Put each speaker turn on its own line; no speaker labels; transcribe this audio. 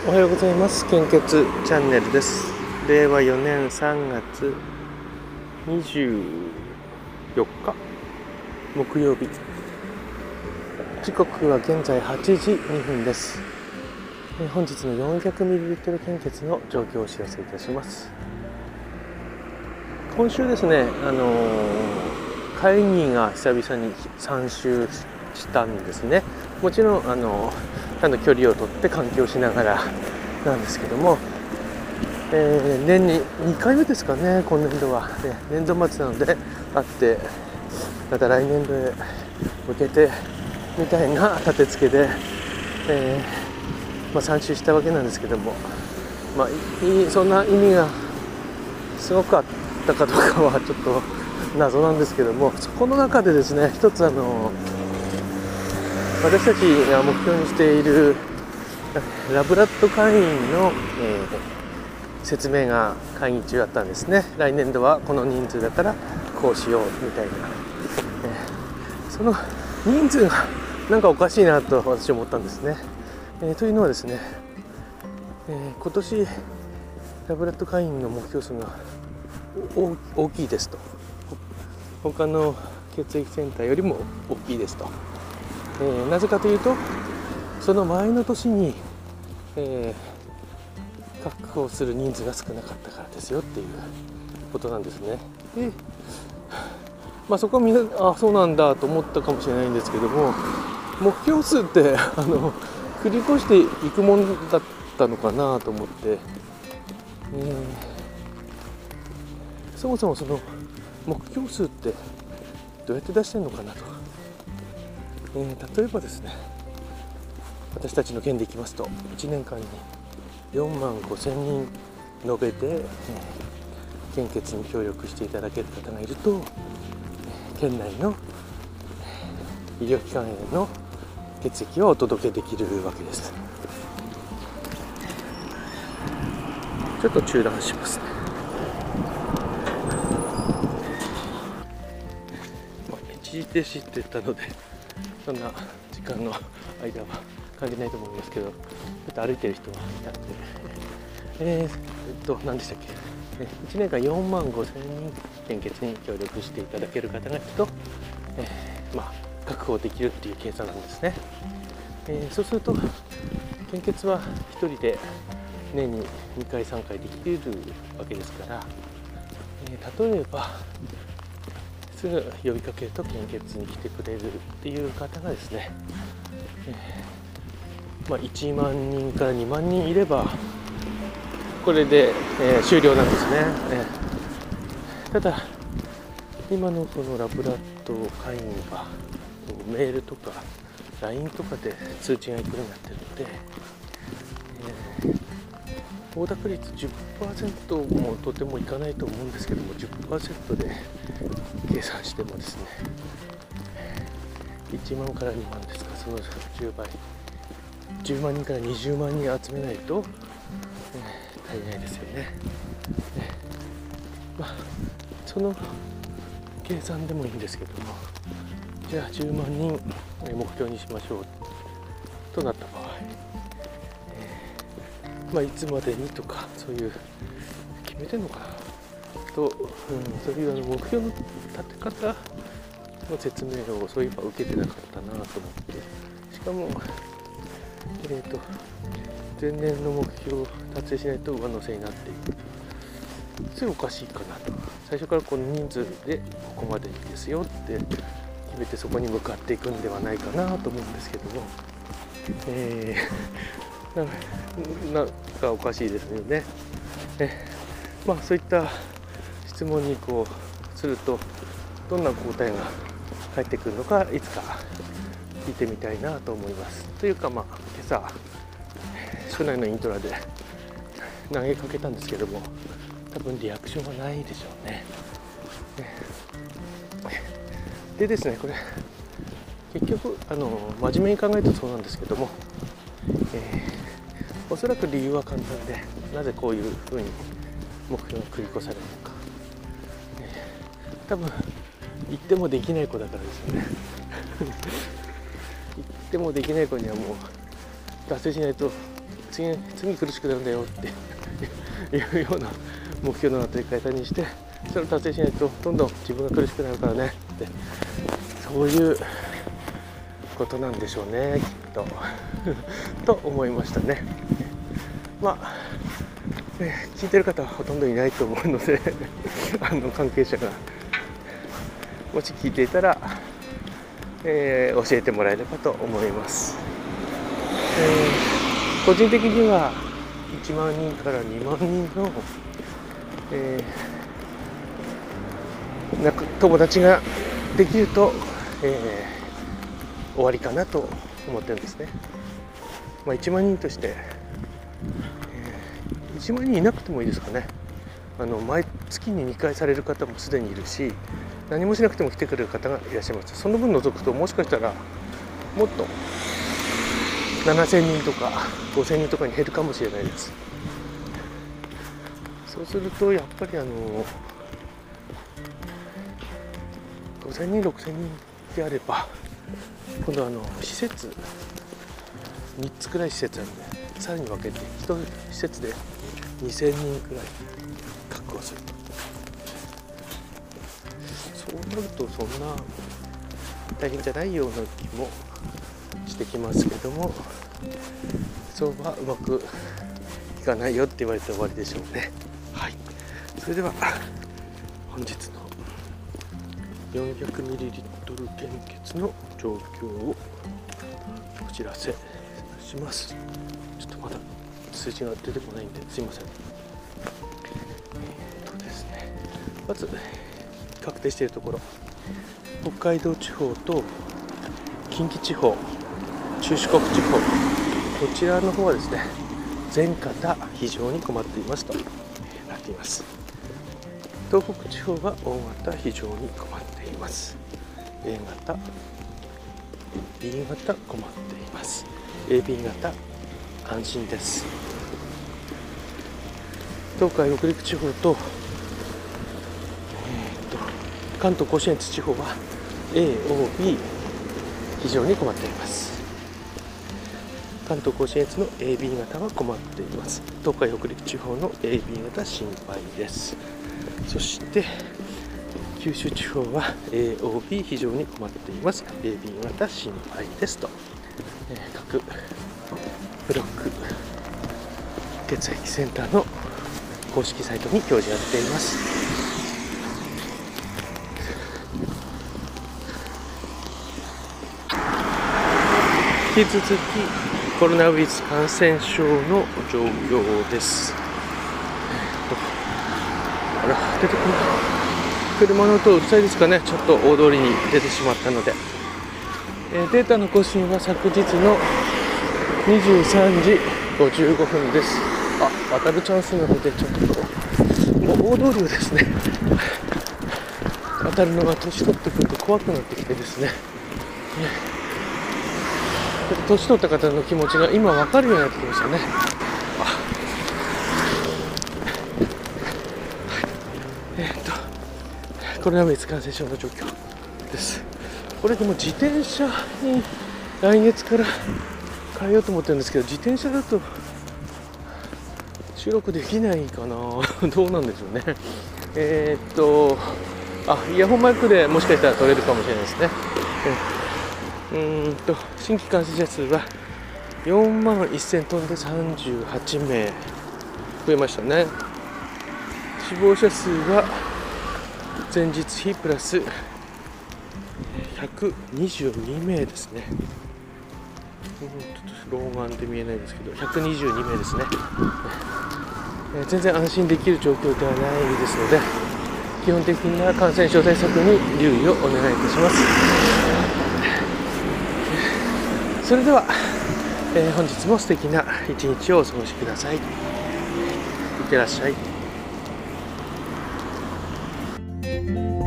おはようございます。献血チャンネルです。令和4年3月24日木曜日、時刻は現在8時2分です。本日の 400ml 献血の状況をお知らせいたします。今週ですね、会議が久々に参集したんですね。もちろんちゃんと距離を取って換気をしながらなんですけども、年に2回目ですかね、今年度は、年度末なのであって、また来年度へ向けてみたいな立て付けで、参集したわけなんですけども、そんな意味がすごくあったかどうかはちょっと謎なんですけども、そこの中でですね、一つ私たちが目標にしているラブラッド会員の、説明が会議中だったんですね。来年度はこの人数だからこうしようみたいな、その人数がなんかおかしいなと私は思ったんですね。というのはですね、今年ラブラッド会員の目標数が大きいですと、他の血液センターよりも大きいですと、なぜかというとその前の年に、確保する人数が少なかったからですよっていうことなんですね。で、そこはみんなそうなんだと思ったかもしれないんですけども、目標数って繰り越していくもんだったのかなと思って、そもそもその目標数ってどうやって出してるのかなと、例えばですね、私たちの県でいきますと1年間に4万5,000人延べて、献血に協力していただける方がいると、県内の医療機関への血液をお届けできるわけです。ちょっと中断しますね。一時停止って言ったのでそんな時間の間は感じないと思いますけど、ちょっと歩いてる人がいたので、何でしたっけ、1年間4万5,000人献血に協力していただける方がいると、確保できるっていう計算なんですね。そうすると献血は1人で年に2回3回できるわけですから、例えばすぐ呼びかけると献血に来てくれるっていう方がですね、1万人から2万人いればこれで、終了なんですね。ただ今のこのラブラッド会員はメールとか LINE とかで通知が行くようになっているので、応諾率 10% もとてもいかないと思うんですけども、 10% で計算してもですね、1万から2万ですか、その10倍、10万人から20万人集めないと、足りないですよね。その計算でもいいんですけども、じゃあ10万人目標にしましょうとなった場合、いつまでにとかそういう決めてるのかなと、そういう目標の立て方の説明をそういえば受けてなかったなと思って、しかも前年の目標を達成しないと上乗せになっていく、それおかしいかなと。最初からこの人数でここまでですよって決めてそこに向かっていくんではないかなと思うんですけども、なんかおかしいですよね。そういった質問にするとどんな答えが返ってくるのかいつか聞いてみたいなと思います。というか今朝署内のイントラで投げかけたんですけども、多分リアクションはないでしょうね。でですね、これ結局真面目に考えるとそうなんですけども、おそらく理由は簡単で、なぜこういうふうに目標が繰り越されるのか、多分言ってもできない子だからですよね。言ってもできない子にはもう達成しないと次苦しくなるんだよっていうような目標の与え方にして、それを達成しないとどんどん自分が苦しくなるからねって、そういうことなんでしょうね、きっとと思いましたね。まあ聞いてる方はほとんどいないと思うので関係者がもし聞いていたら、教えてもらえればと思います。個人的には1万人から2万人の、友達ができると、終わりかなと思ってるんですね。1万人として、1万人いなくてもいいですかね。毎月に2回される方もすでにいるし、何もしなくても来てくれる方がいらっしゃいます。その分除くと、もしかしたらもっと7000人とか5000人とかに減るかもしれないです。そうするとやっぱり5000人6000人であれば、今度施設3つくらい施設あるので、さらに分けて1施設で2000人くらい確保する。そうなるとそんな大変じゃないような気もしてきますけども、そうはうまくいかないよって言われて終わりでしょうね。はい、それでは本日の 400ml 献血の状況をお知らせします。ちょっとまだ数字が出てこないんですいません。ですね、まず確定しているところ、北海道地方と近畿地方、中四国地方、こちらの方はですね、全方非常に困っていますとなっています。東北地方は大型非常に困っています。 A 型 B 型困っています。 AB 型安心です。東海北陸地方と、関東甲信越地方は AOB 非常に困っています。関東甲信越の AB 型は困っています。東海北陸地方の AB 型心配です。そして九州地方は AOB 非常に困っています。 AB 型心配ですと、各ブロック血液センターの公式サイトに表示が出ています。引き続きコロナウイルス感染症の状況です。あら、出てこない。車の音うるさいですかね。ちょっと大通りに出てしまったので、データの更新は昨日の23時55分です。渡るチャンスなので、ちょっともう大通りをですね渡るのが年取ってくると怖くなってきてですね、年取った方の気持ちが今分かるようになってきましたね。コロナウイルス感染症の状況です。これでも自転車に来月から変えようと思ってるんですけど、自転車だと収録できないかなどうなんでしょうね。イヤホンマイクでもしかしたら撮れるかもしれないですね。新規感染者数は4万1000飛んで38名増えましたね。死亡者数は前日比プラス122名ですね。老眼で見えないですけど122名ですね。全然安心できる状況ではないですので、基本的な感染症対策に留意をお願いいたします。それでは、本日も素敵な一日をお過ごしください。いってらっしゃい。